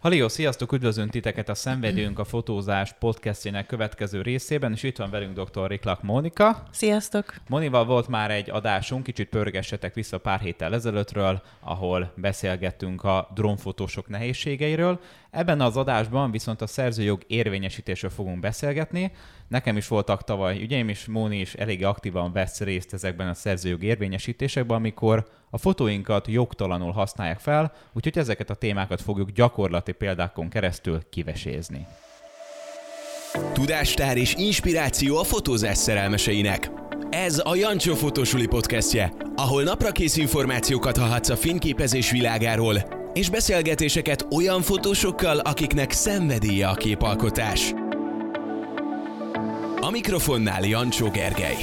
Haló, sziasztok! Üdvözlünk titeket a Szenvedünk a fotózás podcastjének következő részében, és itt van velünk dr. Riklak Mónika. Sziasztok! Monival volt már egy adásunk, kicsit pörgessetek vissza pár héttel ezelőttről, ahol beszélgettünk a drónfotósok nehézségeiről. Ebben az adásban viszont a szerzőjog érvényesítésről fogunk beszélgetni. Nekem is voltak tavaly ügyeim, és Móni is elég aktívan vesz részt ezekben a szerzőjog érvényesítésekben, amikor a fotóinkat jogtalanul használják fel, úgyhogy ezeket a témákat fogjuk gyakorlati példákon keresztül kivesézni. Tudástár és inspiráció a fotózás szerelmeseinek. Ez a Jancsó Fotósuli podcastje, ahol naprakész információkat hallhatsz a fényképezés világáról, és beszélgetéseket olyan fotósokkal, akiknek szenvedélye a képalkotás. A mikrofonnál Jancsó Gergely.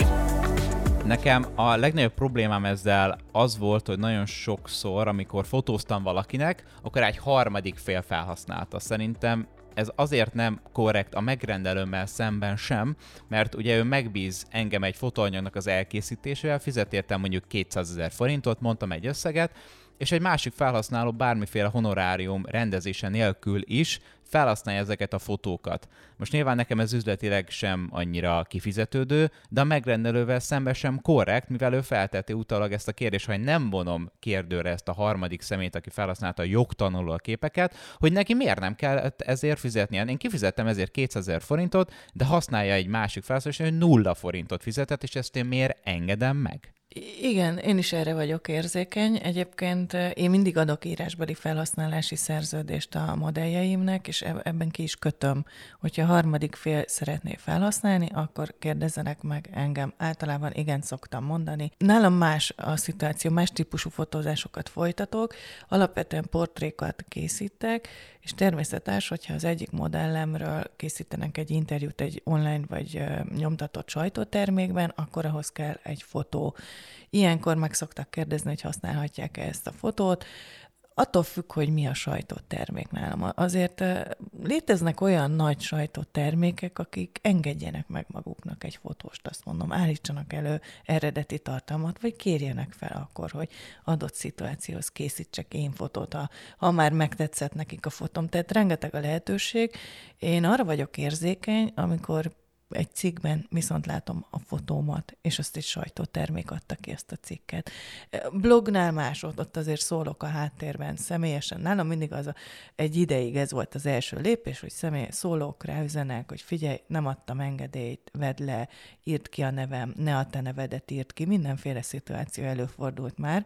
Nekem a legnagyobb problémám ezzel az volt, hogy nagyon sokszor, amikor fotóztam valakinek, akkor egy harmadik fél felhasználta. Szerintem ez azért nem korrekt a megrendelőmmel szemben sem, mert ugye ő megbíz engem egy fotóanyagnak az elkészítésével, fizet értem mondjuk 200 000 forintot, mondtam egy összeget, és egy másik felhasználó bármiféle honorárium rendezése nélkül is felhasználja ezeket a fotókat. Most nyilván nekem ez üzletileg sem annyira kifizetődő, de a megrendelővel szemben sem korrekt, mivel ő felteti utalag ezt a kérdést, hogy nem vonom kérdőre ezt a harmadik személyt, aki felhasználta jogtalanul a képeket, hogy neki miért nem kellett ezért fizetnie. Én kifizettem ezért 200 000 forintot, de használja egy másik felhasználó, hogy 0 forintot fizetett, és ezt én miért engedem meg? Igen, én is erre vagyok érzékeny. Egyébként én mindig adok írásbeli felhasználási szerződést a modelljeimnek, és ebben ki is kötöm, hogyha a harmadik fél szeretné felhasználni, akkor kérdezzenek meg engem. Általában igen szoktam mondani. Nálam más a szituáció, más típusú fotózásokat folytatok, alapvetően portrékat készítek, és természetes, hogyha az egyik modellemről készítenek egy interjút egy online vagy nyomtatott sajtótermékben, akkor ahhoz kell egy fotó. Ilyenkor meg szoktak kérdezni, hogy használhatják-e ezt a fotót. Attól függ, hogy mi a sajtótermék nálam. Azért léteznek olyan nagy sajtótermékek, akik engedjenek meg maguknak egy fotóst, azt mondom, állítsanak elő eredeti tartalmat, vagy kérjenek fel akkor, hogy adott szituációhoz készítsek én fotót, ha már megtetszett nekik a fotóm. Tehát rengeteg a lehetőség. Én arra vagyok érzékeny, amikor egy cikkben viszont látom a fotómat, és azt egy sajtótermék adta ki ezt a cikket. Blognál más, ott azért szólok a háttérben személyesen. Nálam mindig egy ideig ez volt az első lépés, hogy szólok rá, üzenek, hogy figyelj, nem adtam engedélyt, vedd le, írd ki a nevem, ne a te nevedet írd ki, mindenféle szituáció előfordult már.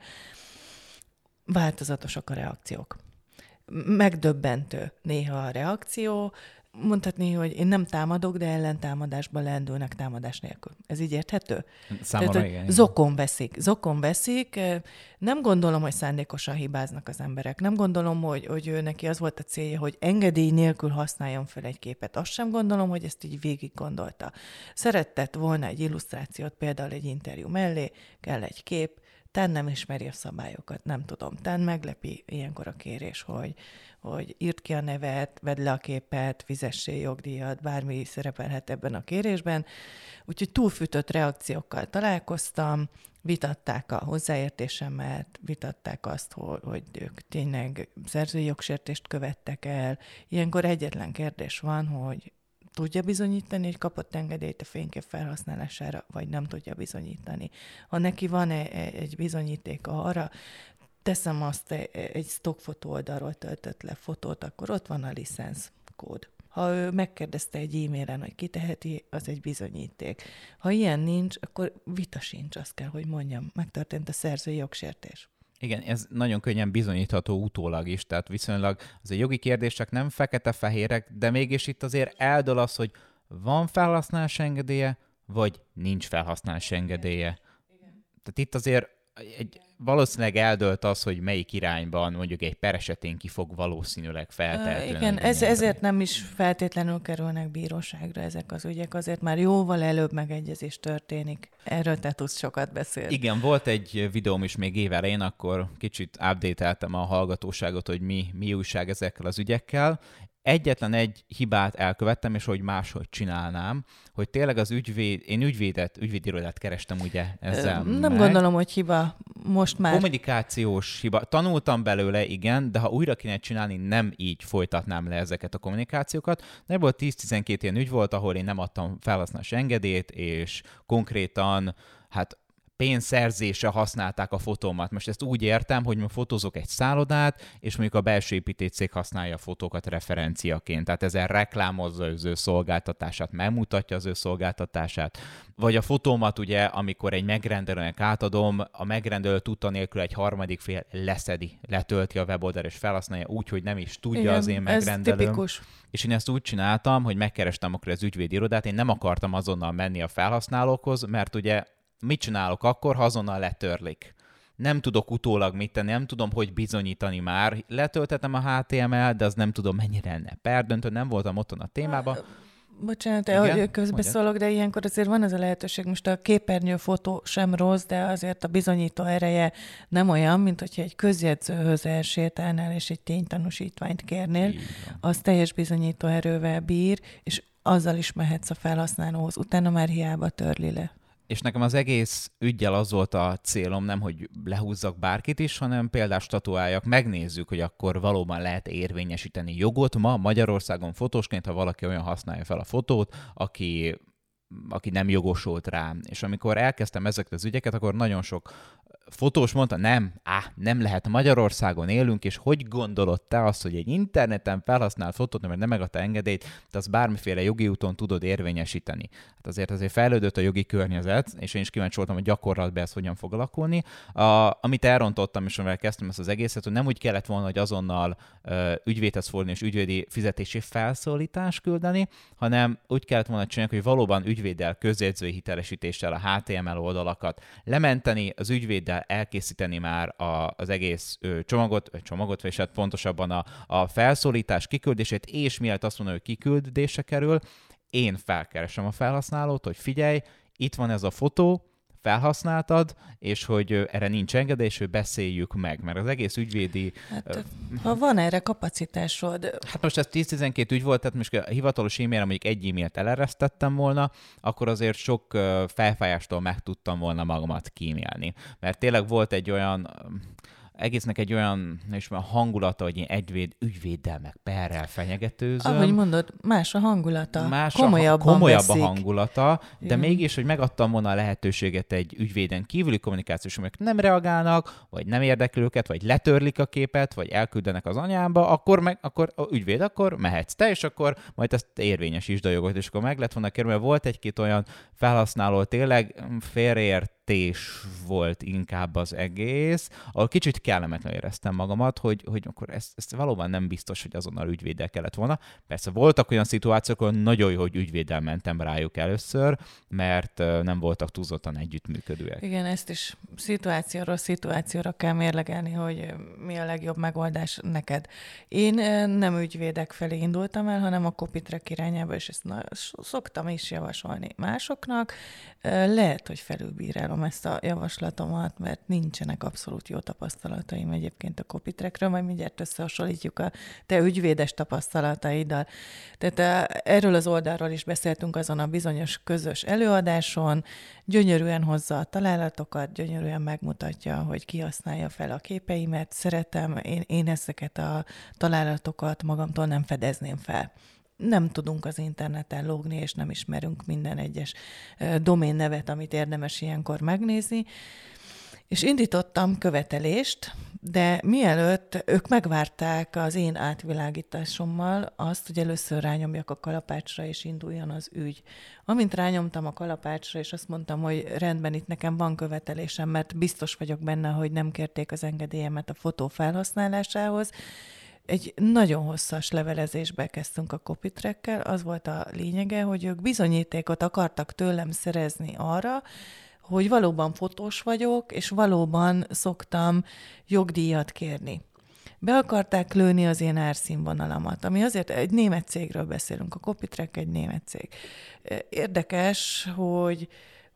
Változatosak a reakciók. Megdöbbentő néha a reakció. Mondhatni, hogy én nem támadok, de ellentámadásba lendülnek támadás nélkül. Ez így érthető? Számomra tehát, igen. Zokon veszik. Nem gondolom, hogy szándékosan hibáznak az emberek. Nem gondolom, hogy ő neki az volt a célja, hogy engedély nélkül használjon fel egy képet. Azt sem gondolom, hogy ezt így végig gondolta. Szeretett volna egy illusztrációt, például egy interjú mellé, kell egy kép, tán nem ismeri a szabályokat, nem tudom. Tán meglepi ilyenkor a kérés, hogy írd ki a nevet, vedd le a képet, fizessél jogdíjat, bármi szerepelhet ebben a kérésben. Úgyhogy túlfűtött reakciókkal találkoztam, vitatták a hozzáértésemet, vitatták azt, hogy ők tényleg szerzői jogsértést követtek el. Ilyenkor egyetlen kérdés van, hogy tudja bizonyítani, hogy kapott engedélyt a fénykép felhasználására, vagy nem tudja bizonyítani. Ha neki van egy bizonyítéka arra, teszem azt, egy stockfotó oldalról töltött le fotót, akkor ott van a licenszkód. Ha ő megkérdezte egy e-mailen, hogy kiteheti, az egy bizonyíték. Ha ilyen nincs, akkor vita sincs, azt kell, hogy mondjam. Megtörtént a szerzői jogsértés. Igen, ez nagyon könnyen bizonyítható utólag is, tehát viszonylag az egy jogi kérdések nem fekete-fehérek, de mégis itt azért eldől az, hogy van felhasználási engedélye, vagy nincs felhasználási engedélye. Tehát itt azért valószínűleg eldölt az, hogy melyik irányban mondjuk egy per esetén ki fog valószínűleg feltehetően. Igen, ezért nem is feltétlenül kerülnek bíróságra ezek az ügyek, azért már jóval előbb megegyezés történik. Erről te tudsz sokat beszélni. Igen, volt egy videóm is még év elején, akkor kicsit update-eltem a hallgatóságot, hogy mi újság ezekkel az ügyekkel. egyetlen egy hibát elkövettem, és hogy máshogy csinálnám, hogy tényleg az én ügyvédirodát kerestem ugye ezzel Nem gondolom, hogy hiba most már. Kommunikációs hiba. Tanultam belőle, igen, de ha újra kéne csinálni, nem így folytatnám le ezeket a kommunikációkat. De ebből 10-12 ilyen ügy volt, ahol én nem adtam felhasználási engedélyt, és konkrétan pénzszerzésre használták a fotómat. Most ezt úgy értem, hogy fotózok egy szállodát, és mondjuk a belső építőcég használja a fotókat referenciaként. Tehát ezzel reklámozza az ő szolgáltatását, megmutatja az ő szolgáltatását. Vagy a fotómat ugye, amikor egy megrendelőnek átadom, a megrendelő tudta nélkül egy harmadik fél leszedi, letölti a weboldalra és felhasználja úgy, hogy nem is tudja. Igen, az én megrendelőm. Ez tipikus. És én ezt úgy csináltam, hogy megkerestem akkor az ügyvédirodát, én nem akartam azonnal menni a felhasználókhoz, mert ugye mit csinálok akkor, ha azonnal letörlik? Nem tudok utólag mit tenni, nem tudom, hogy bizonyítani már. Letöltetem a HTML, de az nem tudom, mennyire lenne perdöntő, nem voltam otthon a témában. Bocsánat, hogy közbeszólok, de ilyenkor azért van ez a lehetőség. Most a képernyőfotó sem rossz, de azért a bizonyító ereje nem olyan, mint hogyha egy közjegyzőhöz elsétálnál, és egy ténytanúsítványt kérnél. Az teljes bizonyító erővel bír, és azzal is mehetsz a felhasználóhoz. Utána már hiába törli le. És nekem az egész üggyel az volt a célom, nem hogy lehúzzak bárkit is, hanem például statuáljak, megnézzük, hogy akkor valóban lehet érvényesíteni jogot ma Magyarországon fotósként, ha valaki olyan használja fel a fotót, aki nem jogosult rá. És amikor elkezdtem ezeket az ügyeket, akkor nagyon sok fotós mondta, nem lehet, Magyarországon élünk, és hogy gondolod te azt, hogy egy interneten felhasznált fotót, mert nem megadta engedélyt, te azt bármiféle jogi úton tudod érvényesíteni. Hát azért fejlődött a jogi környezet, és én is kíváncsi voltam, hogy gyakorlatban ez hogyan fog alakulni. Amit elrontottam, és amivel kezdtem ezt az egészet, hogy nem úgy kellett volna, hogy azonnal ügyvédhez fordulni és ügyvédi fizetési felszólítást küldeni, hanem úgy kellett volna csinálni, hogy valóban ügyvéddel, közjegyzői hitelesítéssel a HTML oldalakat lementeni, az ügyvéddel elkészíteni már az egész csomagot, és hát pontosabban a felszólítás kiküldését, és mielőtt azt mondom, hogy kiküldése kerül, én felkeresem a felhasználót, hogy figyelj, itt van ez a fotó, felhasználtad, és hogy erre nincs engedély, és hogy beszéljük meg, mert az egész ügyvédi... ha van erre kapacitásod... Hát most ez 10-12 ügy volt, tehát most a hivatalos e-mailre mondjuk egy e-mailt eleresztettem volna, akkor azért sok felfájástól meg tudtam volna magamat kímélni. Mert tényleg volt egy olyan... egésznek egy olyan hangulata, hogy én ügyvéddel meg perrel fenyegetőzöm. Ahogy mondod, más a hangulata. Komolyabb a hangulata, de mégis, hogy megadtam volna a lehetőséget egy ügyvéden kívüli kommunikációs, amelyek nem reagálnak, vagy nem érdekli őket, vagy letörlik a képet, vagy elküldenek az anyámba, akkor ügyvéd, akkor mehetsz te, és akkor majd ezt érvényesítsd a jogot, és akkor meg lett volna kerülni, mert volt egy-két olyan felhasználó, tényleg félreértés volt inkább az egész, ahol kicsit kellemetlen éreztem magamat, hogy akkor ezt valóban nem biztos, hogy azonnal ügyvéddel kellett volna. Persze voltak olyan szituációk, ahol nagyon jó, hogy ügyvéddel mentem rájuk először, mert nem voltak túlzottan együttműködőek. Igen, ezt is szituációra kell mérlegelni, hogy mi a legjobb megoldás neked. Én nem ügyvédek felé indultam el, hanem a copytrack irányába, és ezt szoktam is javasolni másoknak. Lehet, hogy felülbírálom ezt a javaslatomat, mert nincsenek abszolút jó tapasztalataim egyébként a copytrackről, majd mindjárt összehasonlítjuk a te ügyvédes tapasztalataiddal. Tehát erről az oldalról is beszéltünk azon a bizonyos közös előadáson, gyönyörűen hozza a találatokat, gyönyörűen megmutatja, hogy ki használja fel a képeimet. Szeretem, én ezeket a találatokat magamtól nem fedezném fel. Nem tudunk az interneten lógni, és nem ismerünk minden egyes doménnevet, amit érdemes ilyenkor megnézni. És indítottam követelést, de mielőtt ők megvárták az én átvilágításommal azt, hogy először rányomjak a kalapácsra, és induljon az ügy. Amint rányomtam a kalapácsra, és azt mondtam, hogy rendben, itt nekem van követelésem, mert biztos vagyok benne, hogy nem kérték az engedélyemet a fotó felhasználásához, egy nagyon hosszas levelezésbe kezdtünk a copytrackkel. Az volt a lényege, hogy ők bizonyítékot akartak tőlem szerezni arra, hogy valóban fotós vagyok, és valóban szoktam jogdíjat kérni. Be akarták lőni az én árszínvonalamat, ami azért egy német cégről beszélünk, a copytrack egy német cég. Érdekes,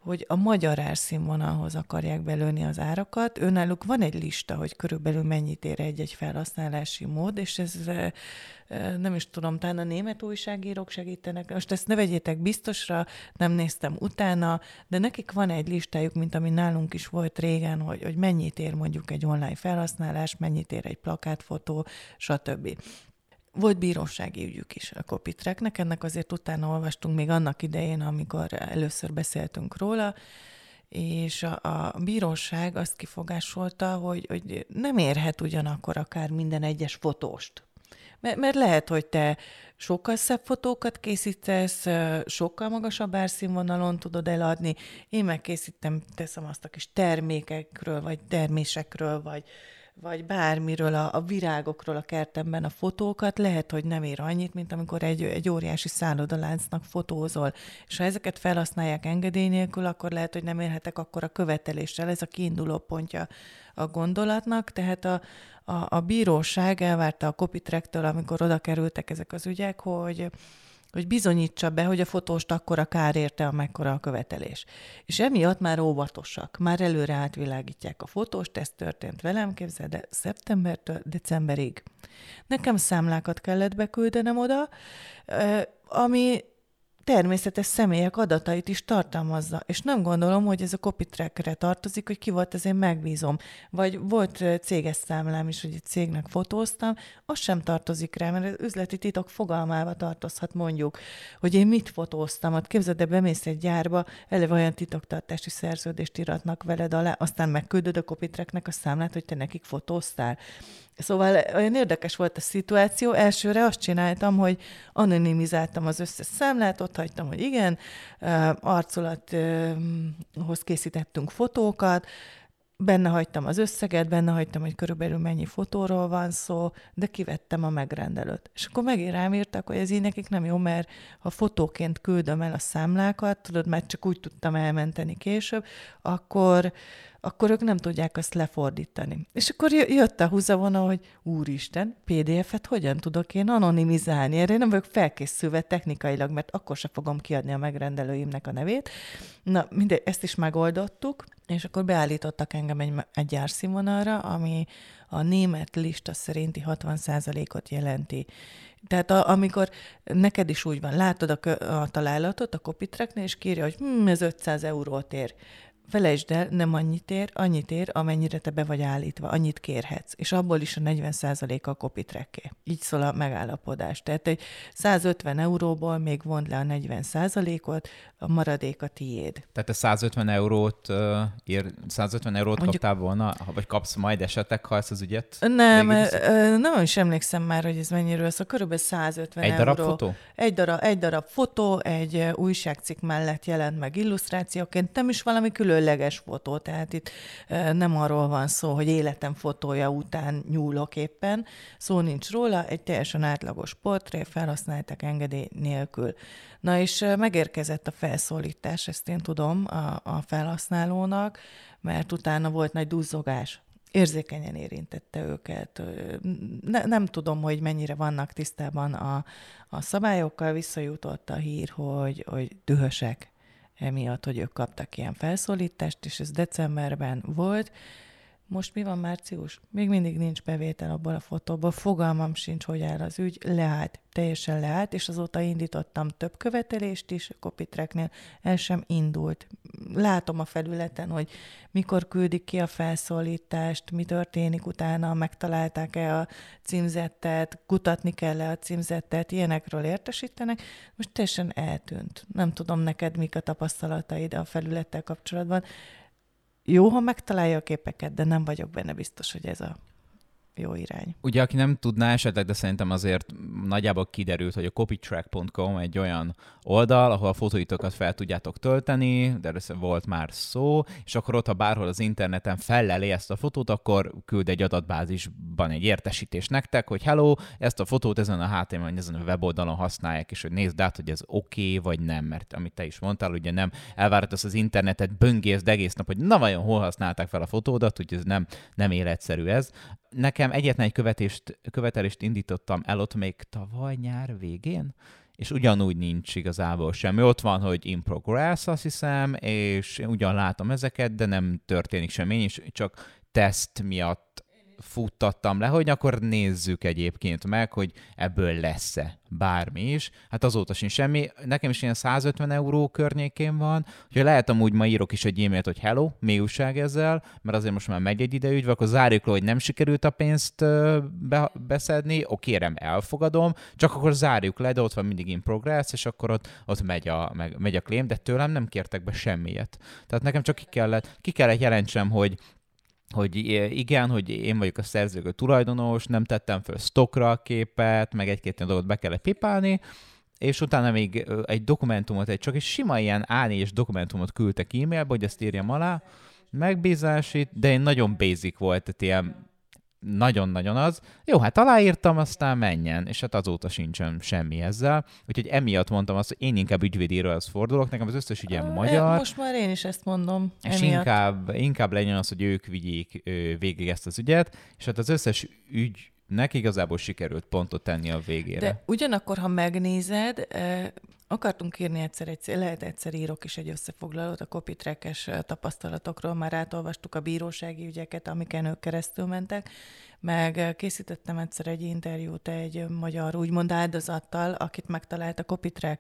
hogy a magyar árszínvonalhoz akarják belőni az árakat. Önálluk van egy lista, hogy körülbelül mennyit ér egy-egy felhasználási mód, és ez nem is tudom, talán a német újságírók segítenek. Most ezt ne vegyétek biztosra, nem néztem utána, de nekik van egy listájuk, mint ami nálunk is volt régen, hogy mennyit ér mondjuk egy online felhasználás, mennyit ér egy plakátfotó, stb. Volt bírósági ügyük is a Copytracknek, ennek azért utána olvastunk még annak idején, amikor először beszéltünk róla, és a bíróság azt kifogásolta, hogy nem érhet ugyanakkor akár minden egyes fotóst. Mert lehet, hogy te sokkal szebb fotókat készítesz, sokkal magasabb árszínvonalon tudod eladni. Én megkészítem, teszem azt a kis termékekről, vagy termésekről, vagy bármiről, a virágokról a kertemben a fotókat, lehet, hogy nem ér annyit, mint amikor egy óriási szállodaláncnak fotózol. És ha ezeket felhasználják engedély nélkül, akkor lehet, hogy nem érhetek akkor a követeléssel. Ez a kiinduló pontja a gondolatnak, tehát a bíróság elvárta a Copytracktől, amikor oda kerültek ezek az ügyek, hogy bizonyítsa be, hogy a fotóst akkora kár érte, amekkora a követelés. És emiatt már óvatosak, már előre átvilágítják a fotóst, ez történt velem, képzeld, de szeptembertől decemberig. Nekem számlákat kellett beküldenem oda, ami természetes személyek adatait is tartalmazza. És nem gondolom, hogy ez a Copytrackre tartozik, hogy ki volt, az én megbízom. Vagy volt céges számlám is, hogy egy cégnek fotóztam, az sem tartozik rá, mert az üzleti titok fogalmába tartozhat mondjuk, hogy én mit fotóztam. Hát képzeld, de bemész egy gyárba, eleve olyan titoktartási szerződést iratnak veled alá, aztán megküldöd a Copytracknek a számlát, hogy te nekik fotóztál. Szóval olyan érdekes volt a szituáció. Elsőre azt csináltam, hogy anonimizáltam az összes számlát, ott hagytam, hogy igen, arculathoz készítettünk fotókat, benne hagytam az összeget, benne hagytam, hogy körülbelül mennyi fotóról van szó, de kivettem a megrendelőt. És akkor megint rám írtak, hogy ez így nekik nem jó, mert ha fotóként küldöm el a számlákat, tudod, mert csak úgy tudtam elmenteni később, akkor ők nem tudják azt lefordítani. És akkor jött a húzavona, hogy úristen, PDF-et hogyan tudok én anonimizálni? Erre nem vagyok felkészülve technikailag, mert akkor se fogom kiadni a megrendelőimnek a nevét. Na, mindegy, ezt is megoldottuk, és akkor beállítottak engem egy árszínvonalra, ami a német lista szerinti 60%-ot jelenti. Tehát amikor neked is úgy van, látod a találatot a Copytracknél, és kírja, hogy ez 500 eurót ér. Felejtsd el, nem annyit ér, amennyire te be vagy állítva, annyit kérhetsz. És abból is a 40% a Copytracké. Így szól a megállapodás. Tehát egy 150 euróból még vond le a 40%-ot, a maradék a tiéd. Tehát te 150 eurót kaptál volna, vagy kapsz majd esetleg, ha ezt az ügyet? Nem is emlékszem már, hogy ez mennyiről szól. Körülbelül 150 euró. Egy darab fotó? Egy darab fotó, egy újságcikk mellett jelent meg illusztrációként, nem is valami különleges fotó, tehát itt nem arról van szó, hogy életem fotója után nyúlok éppen, szó nincs róla, egy teljesen átlagos portré, felhasználták engedély nélkül. Na és megérkezett a felszólítás, ezt én tudom a felhasználónak, mert utána volt nagy duzzogás. Érzékenyen érintette őket. Nem tudom, hogy mennyire vannak tisztában a szabályokkal, visszajutott a hír, hogy dühösek emiatt, hogy ők kaptak ilyen felszólítást, és ez decemberben volt. Most mi van, március? Még mindig nincs bevétel abból a fotóból, fogalmam sincs, hogy áll az ügy, teljesen leállt, és azóta indítottam több követelést is a Copytracknél, el sem indult. Látom a felületen, hogy mikor küldik ki a felszólítást, mi történik utána, megtalálták-e a címzettet, kutatni kell-e a címzettet, ilyenekről értesítenek. Most teljesen eltűnt. Nem tudom neked, mik a tapasztalataid a felülettel kapcsolatban. Jó, ha megtalálja a képeket, de nem vagyok benne biztos, hogy ez a jó irány. Ugye, aki nem tudná esetleg, de szerintem azért nagyjából kiderült, hogy a copytrack.com egy olyan oldal, ahol a fotóitokat fel tudjátok tölteni, de először volt már szó, és akkor ott, ha bárhol az interneten felleli ezt a fotót, akkor küld egy adatbázisban egy értesítést nektek, hogy hello, ezt a fotót ezen a HTML, ezen a weboldalon használják, és hogy nézd át, hogy ez oké, vagy nem, mert amit te is mondtál, ugye nem elvárhatsz az internetet, böngészd egész nap, hogy na vajon hol használták fel a fotódat, úgyhogy ez nem életszerű ez. Nekem egyetlen egy követelést indítottam el ott még tavaly nyár végén, és ugyanúgy nincs igazából semmi. Ott van, hogy in progress, azt hiszem, és én ugyan látom ezeket, de nem történik semmi, én is csak teszt miatt futtattam le, hogy akkor nézzük egyébként meg, hogy ebből lesz-e bármi is. Hát azóta sincs semmi. Nekem is ilyen 150 euró környékén van. Úgyhogy lehet amúgy ma írok is egy e-mailt, hogy hello, mi újság ezzel, mert azért most már megy egy ide ügyve, akkor zárjuk le, hogy nem sikerült a pénzt beszedni, kérem, elfogadom, csak akkor zárjuk le, de ott van mindig in progress, és akkor ott megy a claim, de tőlem nem kértek be semmiet. Tehát nekem csak ki kellett jelentsem, hogy igen, hogy én vagyok a szerzők tulajdonos, nem tettem föl stockra a képet, meg egy-két dolgot be kellett pipálni, és utána még egy dokumentumot, csak egy sima ilyen A4-es dokumentumot küldtek e-mailbe, hogy ezt írjam alá, megbízásít, de én nagyon basic volt, tehát ilyen nagyon-nagyon az. Jó, hát aláírtam, aztán menjen, és hát azóta sincsen semmi ezzel. Úgyhogy emiatt mondtam azt, hogy én inkább ügyvédíróhoz fordulok, nekem az összes ügyem magyar. Most már én is ezt mondom. És inkább legyen az, hogy ők vigyék végig ezt az ügyet, és hát az összes ügynek igazából sikerült pontot tenni a végére. De ugyanakkor, ha megnézed, akartunk írni egyszer írok is egy összefoglalót a copytrack-es tapasztalatokról, már átolvastuk a bírósági ügyeket, amiken ők keresztül mentek, meg készítettem egyszer egy interjút egy magyar úgymond áldozattal, akit megtalált a copytrack.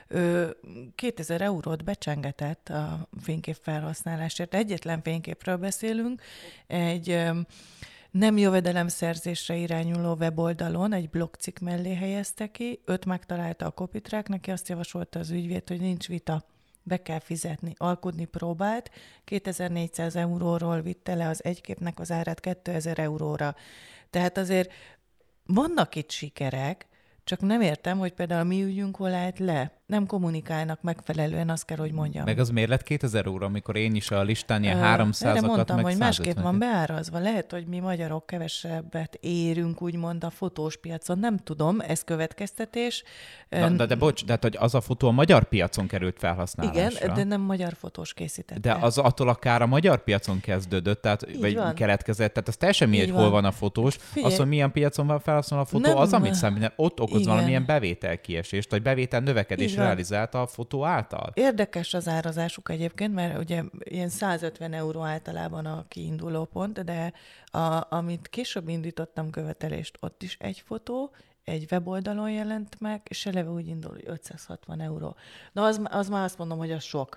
2000 eurót becsengetett a fénykép felhasználásért. Egyetlen fényképről beszélünk, egy nem jövedelemszerzésre irányuló weboldalon egy blogcikk mellé helyezte ki, őt megtalálta a copytrack, neki azt javasolta az ügyvéd, hogy nincs vita, be kell fizetni. Alkudni próbált, 2400 euróról vitte le az egy képnek az árát 2000 euróra. Tehát azért vannak itt sikerek, csak nem értem, hogy például a mi ügyünk hol állt le. Nem kommunikálnak megfelelően, azt kell, hogy mondjam. Meg az miért lett 2000 euró, amikor én is a listán ilyen 300-akat, erre mondtam, meg hogy 150-et. másképp van beárazva. Lehet, hogy mi magyarok kevesebbet érünk, úgymond a fotós piacon. Nem tudom, ez következtetés. De bocs, de hogy az a fotó a magyar piacon került felhasználásra. Igen, de nem magyar fotós készítette. De az attól akár a magyar piacon kezdődött, tehát, vagy keletkezett. Tehát az teljesen mindegy, hol van a fotós. Figyelj. Az, hogy milyen piacon van felhasználva a fotó, Nem. az, amit számít, ott okoz Igen. valamilyen bevételkiesést, vagy bevétel növekedés realizálta a fotó által. Érdekes az árazásuk egyébként, mert ugye ilyen 150 euró általában a kiinduló pont, de amit később indítottam követelést, ott is egy fotó, egy weboldalon jelent meg, és eleve úgy indul, hogy 560 euró. Na, az már azt mondom, hogy az sok.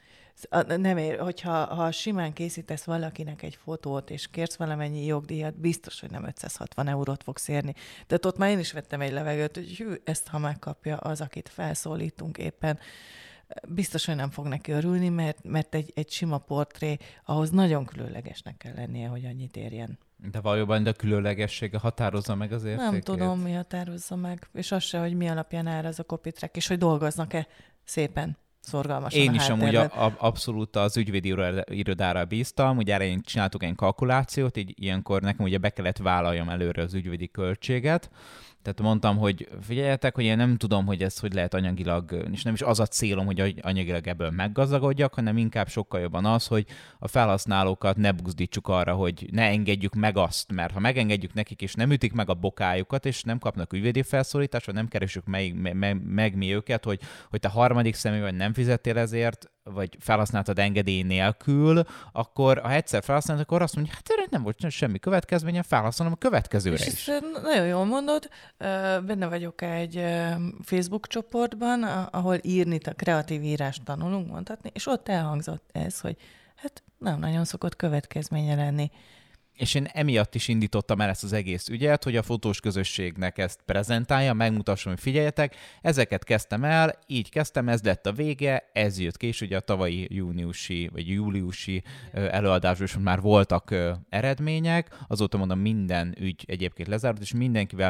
Nem ér, hogyha simán készítesz valakinek egy fotót, és kérsz valamennyi jogdíjat, biztos, hogy nem 560 eurót fogsz érni. Tehát ott már én is vettem egy levegőt, hogy ezt ha megkapja az, akit felszólítunk éppen, biztos, hogy nem fog neki örülni, mert egy sima portré, ahhoz nagyon különlegesnek kell lennie, hogy annyit érjen. De valójában a különlegessége határozza meg az értékét? Nem tudom, mi határozza meg. És az se, hogy mi alapján áll az a copytrack, és hogy dolgoznak-e szépen, szorgalmasan. Én is amúgy abszolút az ügyvédi irodára bíztam, ugye erre csináltuk egy kalkulációt, így ilyenkor nekem ugye be kellett vállaljam előre az ügyvédi költséget. Tehát mondtam, hogy figyeljetek, hogy én nem tudom, hogy ez hogy lehet anyagilag, és nem is az a célom, hogy anyagilag ebből meggazdagodjak, hanem inkább sokkal jobban az, hogy a felhasználókat ne buzdítsuk arra, hogy ne engedjük meg azt, mert ha megengedjük nekik, és nem ütik meg a bokájukat, és nem kapnak ügyvédi felszólítást, vagy nem keresünk meg mi őket, hogy te harmadik személy vagy nem fizettél ezért, vagy felhasználtad engedély nélkül, akkor ha egyszer felhasználod, akkor azt mondja, hát erre nem volt semmi következménye, felhasználom a következőre és is. Nagyon jól mondod, benne vagyok egy Facebook csoportban, ahol írni, a kreatív írást tanulunk mondhatni, és ott elhangzott ez, hogy hát nem nagyon szokott következménye lenni. És én emiatt is indítottam el ezt az egész ügyet, hogy a fotós közösségnek ezt prezentálja, megmutassam, hogy figyeljetek, ezeket kezdtem el, így kezdtem, ez lett a vége, ez jött ki, és ugye a tavalyi júniusi vagy júliusi előadásban is már voltak eredmények, azóta mondom, minden ügy egyébként lezárult, és mindenkivel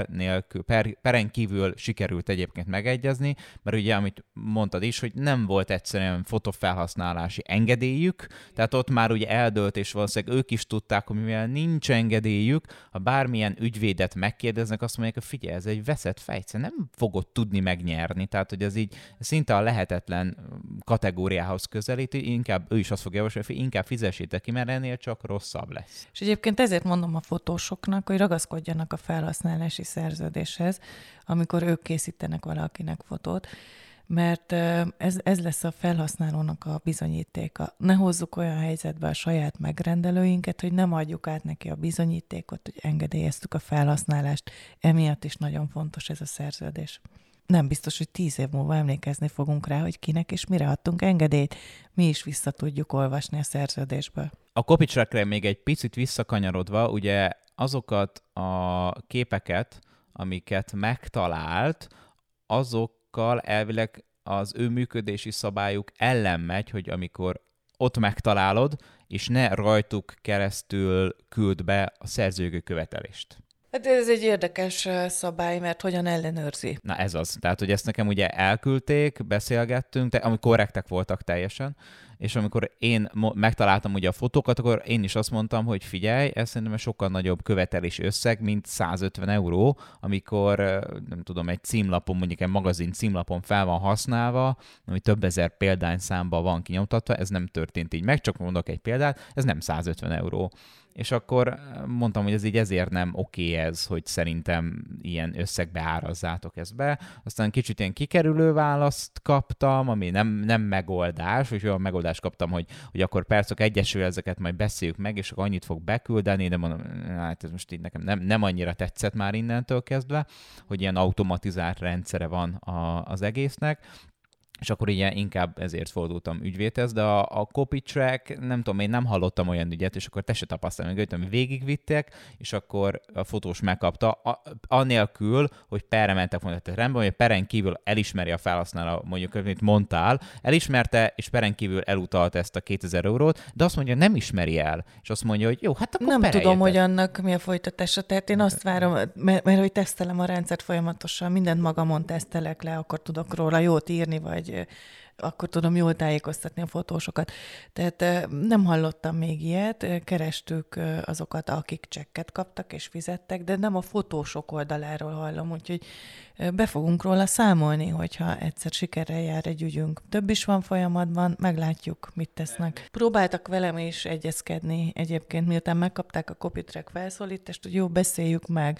peren kívül sikerült egyébként megegyezni, mert ugye, amit mondtad is, hogy nem volt egyszerűen fotófelhasználási engedélyük, tehát ott már ugye eldőlt, és valószínűleg ők is tudták, akkor mivel nincs engedélyük, ha bármilyen ügyvédet megkérdeznek, azt mondják, hogy figyelj, ez egy veszett fejtszer, nem fogod tudni megnyerni. Tehát, hogy ez így szinte a lehetetlen kategóriához közelít, inkább ő is azt fogja javasolni, hogy inkább fizessétek ki, mert ennél csak rosszabb lesz. És egyébként ezért mondom a fotósoknak, hogy ragaszkodjanak a felhasználási szerződéshez, amikor ők készítenek valakinek fotót, mert ez lesz a felhasználónak a bizonyítéka. Ne hozzuk olyan helyzetbe a saját megrendelőinket, hogy nem adjuk át neki a bizonyítékot, hogy engedélyeztük a felhasználást. Emiatt is nagyon fontos ez a szerződés. Nem biztos, hogy 10 év múlva emlékezni fogunk rá, hogy kinek és mire adtunk engedélyt. Mi is vissza tudjuk olvasni a szerződésből. A copy trackre még egy picit visszakanyarodva, ugye azokat a képeket, amiket megtalált, azokkal elvileg az ő működési szabályuk ellen megy, hogy amikor ott megtalálod, és ne rajtuk keresztül küld be a szerzőjogi követelést. Hát ez egy érdekes szabály, mert hogyan ellenőrzi? Na ez az. Tehát, hogy ezt nekem ugye elküldték, beszélgettünk, ami korrektek voltak teljesen, és amikor én megtaláltam ugye a fotókat, akkor én is azt mondtam, hogy figyelj, ez szerintem sokkal nagyobb követelési összeg, mint 150 euró, amikor, nem tudom, egy címlapon, mondjuk egy magazin címlapon fel van használva, ami több ezer példányszámban van kinyomtatva, ez nem történt így meg, csak mondok egy példát, ez nem 150 euró. És akkor mondtam, hogy ez így ezért nem oké ez, hogy szerintem ilyen összegbe árazzátok ezt be. Aztán kicsit ilyen kikerülő választ kaptam, ami nem megoldás, és olyan megoldást kaptam, hogy akkor persze egyesül ezeket majd beszéljük meg, és akkor annyit fog beküldeni, de mondom, hát ez most így nekem nem annyira tetszett már innentől kezdve, hogy ilyen automatizált rendszere van az egésznek. És akkor ugye inkább ezért fordultam ügyvédhez, de a copy track, nem tudom, én nem hallottam olyan ügyet, és akkor te se tapasztalni, hogy végigvitték, és akkor a fotós megkapta, anélkül, hogy perre mentek volna. Tehát rendben, hogy peren kívül elismeri a felhasználó, mondjuk, amit mondtál, elismerte, és peren kívül elutalta ezt a 2000 eurót, de azt mondja, nem ismeri el. És azt mondja, hogy jó, hát akkor nem tudom, hogy annak mi a folytatása. Tehát én azt várom, mert hogy tesztelem a rendszert folyamatosan, mindent magamon tesztelek le, akkor tudok róla jót írni, vagy akkor tudom jól tájékoztatni a fotósokat. Tehát nem hallottam még ilyet, kerestük azokat, akik csekket kaptak és fizettek, de nem a fotósok oldaláról hallom, úgyhogy be fogunk róla számolni, hogyha egyszer sikerrel jár egy ügyünk. Több is van folyamatban, meglátjuk, mit tesznek. Próbáltak velem is egyezkedni egyébként, miután megkapták a copy track felszólítást, hogy jó, beszéljük meg.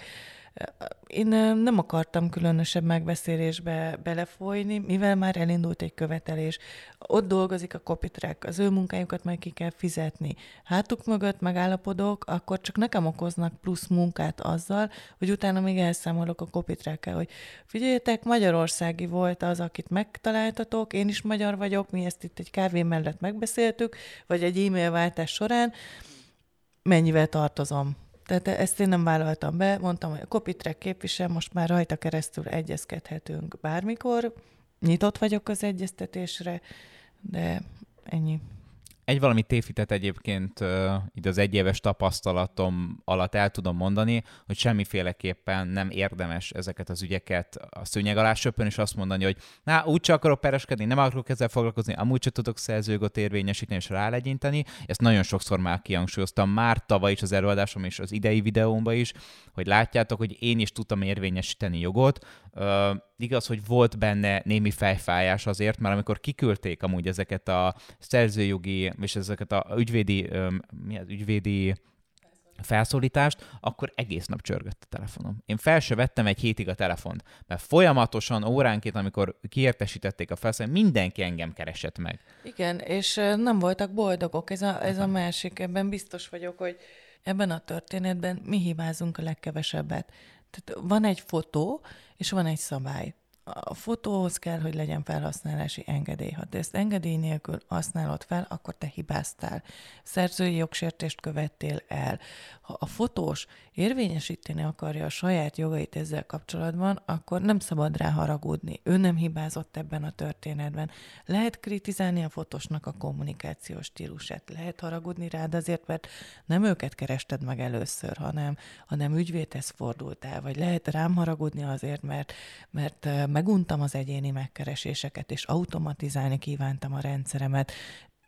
Én nem akartam különösebb megbeszélésbe belefolyni, mivel már elindult egy követelés. Ott dolgozik a copy track, az ő munkájukat meg ki kell fizetni. Hátuk mögött megállapodok, akkor csak nekem okoznak plusz munkát azzal, hogy utána még elszámolok a copy track-el, hogy figyeljetek, magyarországi volt az, akit megtaláltatok, én is magyar vagyok, mi ezt itt egy kávé mellett megbeszéltük, vagy egy e-mail váltás során, mennyivel tartozom. Tehát ezt én nem vállaltam be, mondtam, hogy a copy track képvisel, most már rajta keresztül egyezkedhetünk bármikor, nyitott vagyok az egyeztetésre, de ennyi. Egy valami tévhitet egyébként így az egyéves tapasztalatom alatt el tudom mondani, hogy semmiféleképpen nem érdemes ezeket az ügyeket a szőnyeg alá söpörni, és azt mondani, hogy úgyse akarok pereskedni, nem akarok ezzel foglalkozni, amúgy se tudok szerzőjogot érvényesíteni és rálegyinteni. Ezt nagyon sokszor már kihangsúlyoztam, már tavaly is az előadásom és az idei videómban is, hogy látjátok, hogy én is tudtam érvényesíteni jogot. Igaz, hogy volt benne némi fejfájás azért, mert amikor kiküldték amúgy ezeket a szerzőjogi és ezeket a ügyvédi felszólítást, akkor egész nap csörgött a telefonom. Én fel se vettem egy hétig a telefont, mert folyamatosan óránként, amikor kiértesítették a felszólítást, mindenki engem keresett meg. Igen, és nem voltak boldogok. Ez a másik, ebben biztos vagyok, hogy ebben a történetben mi hibázunk a legkevesebbet. Tehát van egy fotó, és van egy szabály. A fotóhoz kell, hogy legyen felhasználási engedély. Ha te ezt engedély nélkül használod fel, akkor te hibáztál. Szerzői jogsértést követtél el. Ha a fotós érvényesíteni akarja a saját jogait ezzel kapcsolatban, akkor nem szabad rá haragudni. Ő nem hibázott ebben a történetben. Lehet kritizálni a fotósnak a kommunikációs stílusát, lehet haragudni rád azért, mert nem őket kerested meg először, hanem ügyvédhez fordultál, vagy lehet rám haragudni azért, mert meguntam az egyéni megkereséseket, és automatizálni kívántam a rendszeremet.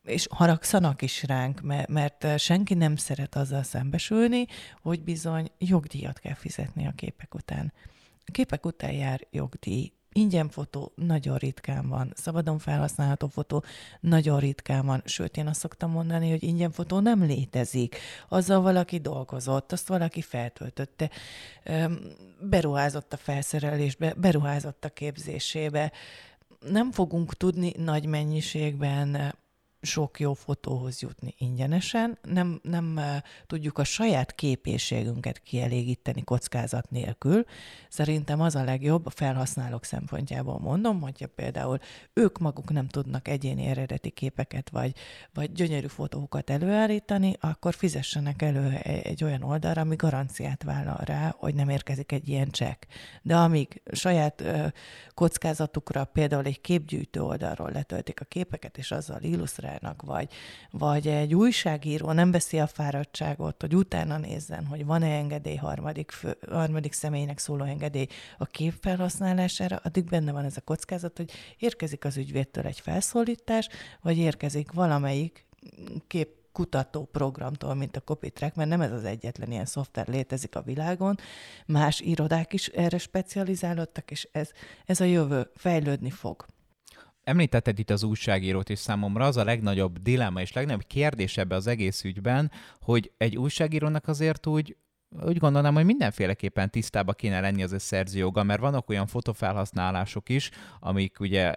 és haragszanak is ránk, mert senki nem szeret azzal szembesülni, hogy bizony jogdíjat kell fizetni a képek után. A képek után jár jogdíj. Ingyen fotó nagyon ritkán van, szabadon felhasználható fotó nagyon ritkán van, sőt, én azt szoktam mondani, hogy ingyen fotó nem létezik. Azzal valaki dolgozott, azt valaki feltöltötte, beruházott a felszerelésbe, beruházott a képzésébe. Nem fogunk tudni nagy mennyiségben sok jó fotóhoz jutni ingyenesen, nem tudjuk a saját képességünket kielégíteni kockázat nélkül. Szerintem az a legjobb, a felhasználók szempontjából mondom, hogyha például ők maguk nem tudnak egyéni eredeti képeket vagy gyönyörű fotókat előállítani, akkor fizessenek elő egy olyan oldalra, ami garanciát vállal rá, hogy nem érkezik egy ilyen csekk. De amíg saját kockázatukra például egy képgyűjtő oldalról letöltik a képeket, és azzal illusztrálnak, vagy egy újságíró nem veszi a fáradtságot, hogy utána nézzen, hogy van-e engedély harmadik személynek szóló engedély a kép felhasználására, addig benne van ez a kockázat, hogy érkezik az ügyvédtől egy felszólítás, vagy érkezik valamelyik képkutató programtól, mint a Copytrack, mert nem ez az egyetlen ilyen szoftver létezik a világon, más irodák is erre specializálódtak, és ez a jövő fejlődni fog. Említetted itt az újságírót, és számomra az a legnagyobb dilemma és legnagyobb kérdés ebbe az egész ügyben, hogy egy újságírónak azért úgy gondolnám, hogy mindenféleképpen tisztában kéne lenni az a szerzőjoga, mert vannak olyan fotófelhasználások is, amik ugye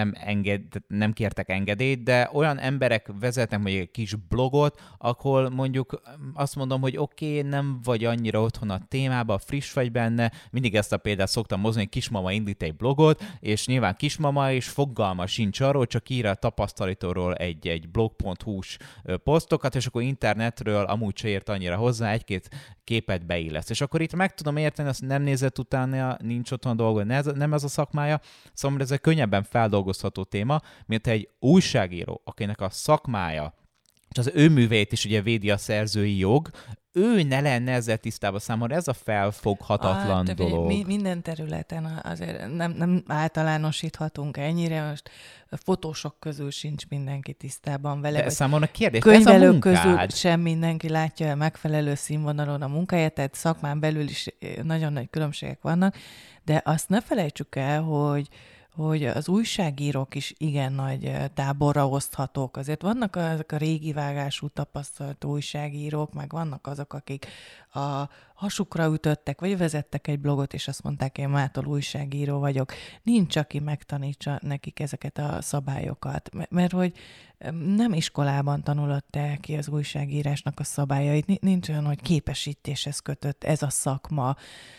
nem kértek engedélyt, de olyan emberek vezetnek mondjuk egy kis blogot, ahol mondjuk azt mondom, hogy oké, nem vagy annyira otthon a témában, friss vagy benne, mindig ezt a példát szoktam mozni, hogy kismama indít egy blogot, és nyilván kismama és fogalma sincs arról, csak ír a tapasztalatóról egy blog.hu-s posztokat, és akkor internetről amúgy se ért annyira hozzá, egy-két képet beillesz. És akkor itt meg tudom érteni, azt nem nézett utána, nincs otthon dolga, nem ez a szakmája, szóval ez egy könnyebben feldolgozható téma, mint egy újságíró, akinek a szakmája, és az ő művét is ugye védi a szerzői jog, ő ne lenne ezzel tisztában számomra, ez a felfoghatatlan dolog. Minden területen azért nem általánosíthatunk ennyire, most fotósok közül sincs mindenki tisztában vele. De számomra kérdés, könyvelők közül sem mindenki látja el megfelelő színvonalon a munkáját, tehát szakmán belül is nagyon nagy különbségek vannak, de azt ne felejtsük el, hogy az újságírók is igen nagy táborra oszthatók. Azért vannak azok a régi vágású tapasztalt újságírók, meg vannak azok, akik a hasukra ütöttek, vagy vezettek egy blogot, és azt mondták, én mától újságíró vagyok. Nincs, aki megtanítsa nekik ezeket a szabályokat, mert hogy nem iskolában tanulott ki az újságírásnak a szabályait. Nincs olyan, hogy képesítéshez kötött ez a szakma.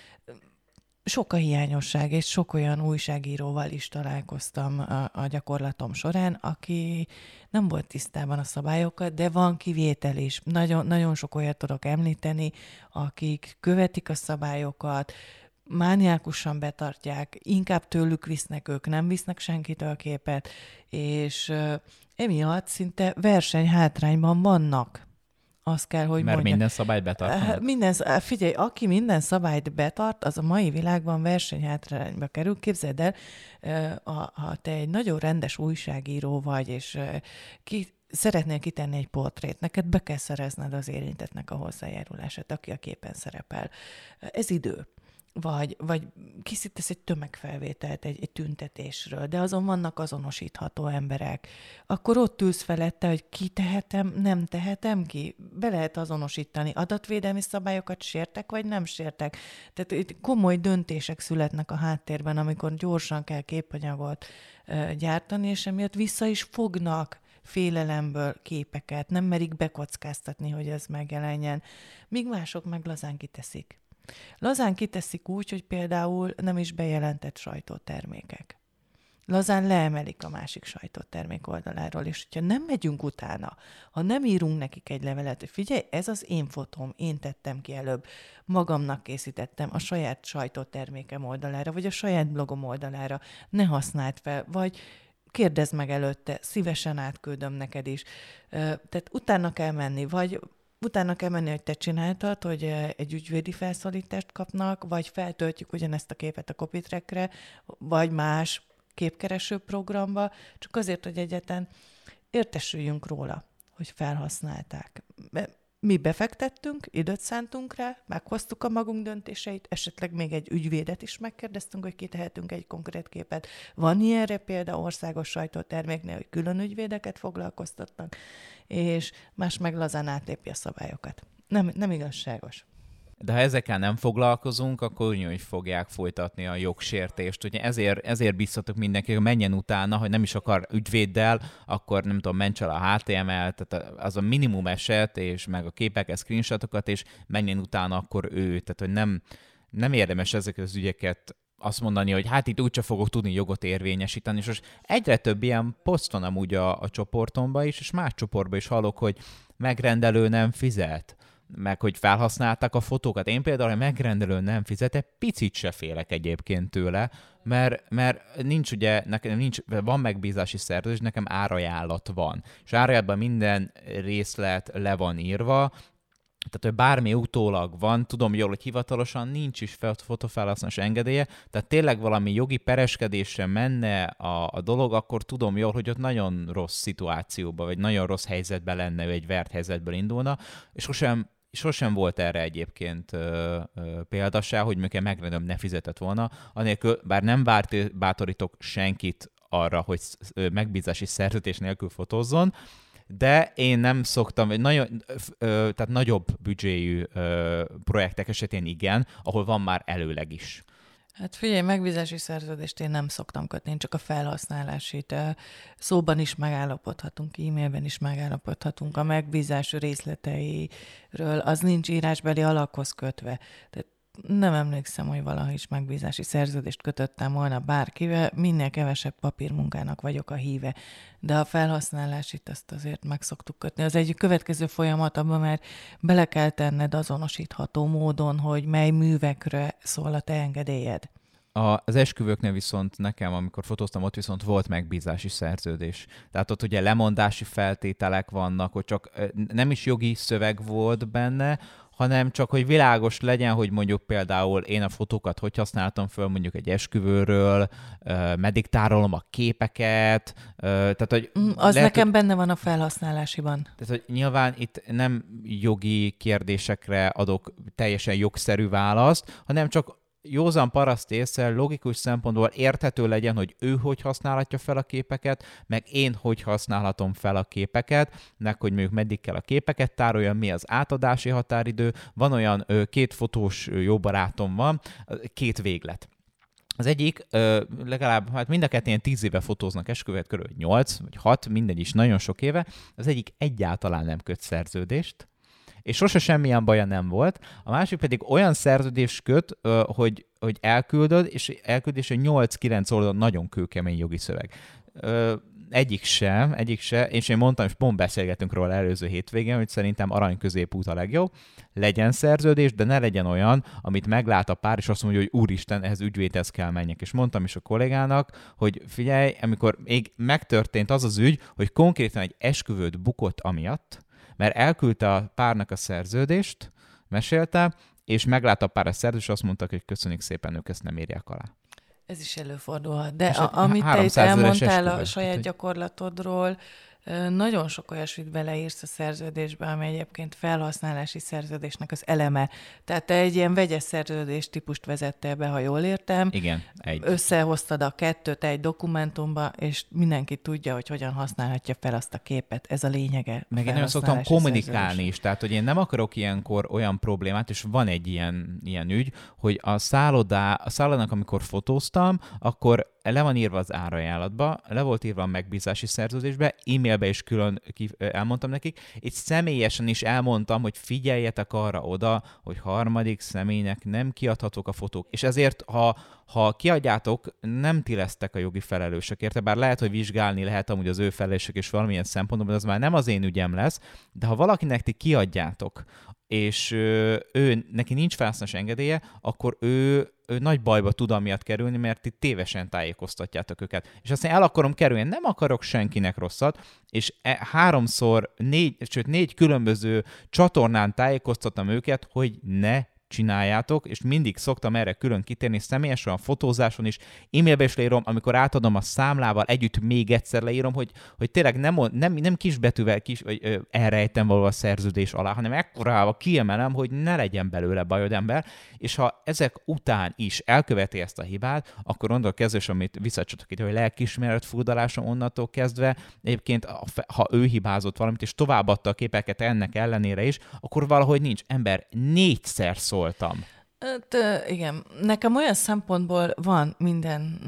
Sok a hiányosság, és sok olyan újságíróval is találkoztam a gyakorlatom során, aki nem volt tisztában a szabályokat, de van kivétel is. Nagyon, nagyon sok olyat tudok említeni, akik követik a szabályokat, mániákusan betartják, inkább tőlük visznek, ők nem visznek senkitől képet, és emiatt szinte versenyhátrányban vannak. Azt kell, hogy mert mondja. Minden szabályt betartanak? Figyelj, aki minden szabályt betart, az a mai világban versenyhátrányba kerül. Képzeld el, ha te egy nagyon rendes újságíró vagy, és szeretnél kitenni egy portrét, neked be kell szerezned az érintettnek a hozzájárulását, aki a képen szerepel. Ez idő. Vagy készítesz egy tömegfelvételt egy tüntetésről, de azon vannak azonosítható emberek. Akkor ott ülsz felette, hogy ki tehetem, nem tehetem ki. Be lehet azonosítani. Adatvédelmi szabályokat sértek, vagy nem sértek. Tehát itt komoly döntések születnek a háttérben, amikor gyorsan kell képanyagot gyártani, és emiatt vissza is fognak félelemből képeket. Nem merik bekockáztatni, hogy ez megjelenjen. Míg mások meg lazán kiteszik. Lazán kiteszik úgy, hogy például nem is bejelentett sajtótermékek. Lazán leemelik a másik sajtótermék oldaláról, és hogyha nem megyünk utána, ha nem írunk nekik egy levelet, hogy figyelj, ez az én fotóm, én tettem ki előbb, magamnak készítettem a saját sajtótermékem oldalára, vagy a saját blogom oldalára, ne használd fel, vagy kérdezd meg előtte, szívesen átküldöm neked is. Tehát utána kell menni, vagy utána kell menni, hogy te csináltad, hogy egy ügyvédi felszólítást kapnak, vagy feltöltjük ugyanezt a képet a Copytrackre, vagy más képkereső programba, csak azért, hogy egyáltalán értesüljünk róla, hogy felhasználták. Mi befektettünk, időt szántunk rá, meghoztuk a magunk döntéseit, esetleg még egy ügyvédet is megkérdeztünk, hogy kitehetünk egy konkrét képet. Van ilyenre példa országos sajtóterméknél, hogy külön ügyvédeket foglalkoztatnak, és más meg lazán átlépi a szabályokat. Nem igazságos. De ha ezekkel nem foglalkozunk, akkor úgy fogják folytatni a jogsértést. Ugye ezért biztatok mindenki, hogy menjen utána, hogy nem is akar ügyvéddel, akkor nem tudom, mentse el a HTML, tehát az a minimum eset, és meg a képeket, screenshotokat, és menjen utána akkor ő. Tehát, hogy nem érdemes ezeket az ügyeket azt mondani, hogy hát itt úgyse fogok tudni jogot érvényesíteni, és most egyre több ilyen poszt van amúgy a csoportomban is, és más csoportban is hallok, hogy megrendelő nem fizet, meg hogy felhasználták a fotókat. Én például, hogy megrendelő nem fizet, picit se félek egyébként tőle, mert nincs ugye, nekem van megbízási szerződés, nekem árajánlat van. És árajánlatban minden részlet le van írva, tehát, hogy bármi utólag van, tudom jól, hogy hivatalosan nincs is fotófelhasználás engedélye, tehát tényleg valami jogi pereskedésre menne a dolog, akkor tudom jól, hogy ott nagyon rossz szituációba, vagy nagyon rossz helyzetben lenne, vagy egy vert helyzetből indulna, és sosem volt erre egyébként példa se, hogy mondjuk megrendelőm ne fizetett volna, anélkül, bár nem bátorítok senkit arra, hogy megbízási szerződés nélkül fotózzon, de én nem szoktam, tehát nagyobb büdzséjű projektek esetén igen, ahol van már előleg is. Hát figyelj, megbízási szerződést én nem szoktam kötni, én csak a felhasználásit. Szóban is megállapodhatunk, e-mailben is megállapodhatunk a megbízás részleteiről, az nincs írásbeli alakhoz kötve. Tehát nem emlékszem, hogy valaha is megbízási szerződést kötöttem volna bárkivel, minél kevesebb papírmunkának vagyok a híve. De a felhasználásit azt azért meg szoktuk kötni. Az egy következő folyamat, abban már bele kell tenned azonosítható módon, hogy mely művekre szól a te engedélyed. Az esküvőknél viszont nekem, amikor fotóztam, ott viszont volt megbízási szerződés. Tehát ott ugye lemondási feltételek vannak, hogy csak nem is jogi szöveg volt benne, hanem csak, hogy világos legyen, hogy mondjuk például én a fotókat hogy használtam föl mondjuk egy esküvőről, meddig tárolom a képeket. Tehát, hogy az nekem benne van a felhasználásiban. Tehát, hogy nyilván itt nem jogi kérdésekre adok teljesen jogszerű választ, hanem csak józan paraszt észre, logikus szempontból érthető legyen, hogy ő hogy használhatja fel a képeket, meg én hogy használhatom fel a képeket, meg hogy mondjuk meddig kell a képeket tároljam, mi az átadási határidő. Van olyan 2 fotós jó barátom van, 2 véglet. Az egyik legalább, hát mind a kettőn ilyen 10 éve fotóznak esküvőt, körülbelül 8 vagy 6, mindegy is nagyon sok éve. Az egyik egyáltalán nem köt szerződést, és sose semmilyen baja nem volt. A másik pedig olyan szerződést köt, hogy elküldöd, és elküldés, hogy 8-9 oldal nagyon kőkemény jogi szöveg. Egyik se, és én mondtam, és pont beszélgetünk róla előző hétvégén, hogy szerintem arany középút a legjobb. Legyen szerződés, de ne legyen olyan, amit meglát a pár, és azt mondja, hogy úristen, ehhez ügyvédhez kell menjek. És mondtam is a kollégának, hogy figyelj, amikor még megtörtént az az ügy, hogy konkrétan egy esküvőt bukott amiatt, mert elküldte a párnak a szerződést, mesélte, és meglátta a pár a szerződést, és azt mondtak, hogy köszönjük szépen, ők ezt nem írják alá. Ez is előfordulhat. De amit te itt elmondtál a saját gyakorlatodról, nagyon sok olyasmit beleírsz a szerződésbe, ami egyébként felhasználási szerződésnek az eleme. Tehát te egy ilyen vegyes szerződés típust vezettél be, ha jól értem. Igen, összehoztad a 2 egy dokumentumba, és mindenki tudja, hogy hogyan használhatja fel azt a képet. Ez a lényege. Meg én nagyon szoktam kommunikálni is, tehát hogy én nem akarok ilyenkor olyan problémát, és van egy ilyen ügy, hogy a szállodának, amikor fotóztam, akkor le van írva az árajánlatba, le volt írva a megbízási szerződésbe, e-mailbe is külön elmondtam nekik, és személyesen is elmondtam, hogy figyeljetek arra oda, hogy harmadik személynek nem kiadhatók a fotók. És ezért, ha kiadjátok, nem ti lesztek a jogi felelősök érte, bár lehet, hogy vizsgálni lehet amúgy az ő felelősök és valamilyen szempontból, az már nem az én ügyem lesz, de ha valakinek ti kiadjátok, és neki nincs felhasználási engedélye, akkor ő nagy bajba tud amiatt kerülni, mert itt tévesen tájékoztatjátok őket. És aztán el akarom kerülni, nem akarok senkinek rosszat, és 4 különböző csatornán tájékoztattam őket, hogy ne csináljátok, és mindig szoktam erre külön kitérni, személyesen a fotózáson is, e-mailbe is leírom, amikor átadom a számlával, együtt még egyszer leírom, hogy tényleg nem kisbetűvel elrejtem való a szerződés alá, hanem ekkorával kiemelem, hogy ne legyen belőle bajod, ember, és ha ezek után is elköveti ezt a hibát, akkor onnantól kezdve, amit visszacsatok itt, hogy lelkiismeret furdalásom onnantól kezdve, egyébként ha ő hibázott valamit, és továbbadta a képeket ennek ellenére is, akkor valahogy nincs. Ember, 4-szer szóltam. Igen, nekem olyan szempontból van minden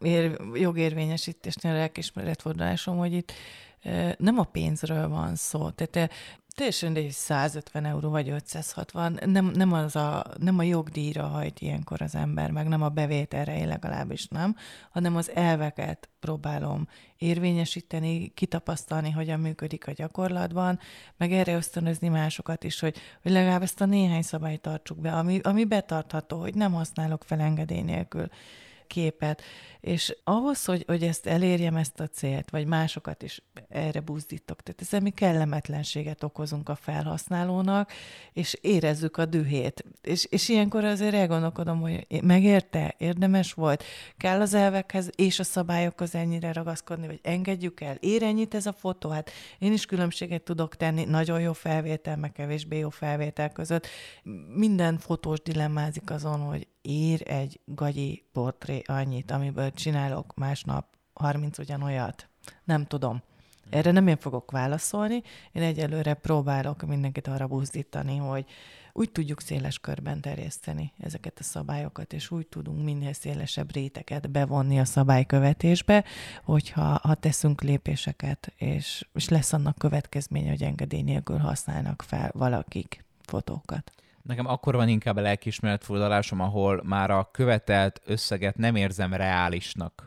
jogérvényesítésnél lelkiismeretfordulásom, hogy itt nem a pénzről van szó. Tehát teljesen mindegy, 150 euró vagy 560, nem a jogdíjra hajt ilyenkor az ember, meg nem a bevételre, én legalábbis nem, hanem az elveket próbálom érvényesíteni, kitapasztalni, hogyan működik a gyakorlatban, meg erre ösztönözni másokat is, hogy legalább ezt a néhány szabályt tartsuk be, ami betartható, hogy nem használok fel engedély nélkül képet, és ahhoz, hogy ezt elérjem, ezt a célt, vagy másokat is erre buzdítok, tehát ezzel mi kellemetlenséget okozunk a felhasználónak, és érezzük a dühét. És ilyenkor azért elgondolkodom, hogy megérte, érdemes volt, kell az elvekhez és a szabályokhoz ennyire ragaszkodni, vagy engedjük el, ér ennyit ez a fotó? Hát én is különbséget tudok tenni, nagyon jó felvétel, meg kevésbé jó felvétel között. Minden fotós dilemmázik azon, hogy ír egy gagyi portré annyit, amiből csinálok másnap 30 ugyanolyat. Nem tudom. Erre nem én fogok válaszolni. Én egyelőre próbálok mindenkit arra buzdítani, hogy úgy tudjuk széles körben terjeszteni ezeket a szabályokat, és úgy tudunk minél szélesebb réteget bevonni a szabálykövetésbe, hogyha teszünk lépéseket, és lesz annak következménye, hogy engedély nélkül használnak fel valakik fotókat. Nekem akkor van inkább a lelkiismeretfordulásom, ahol már a követelt összeget nem érzem reálisnak.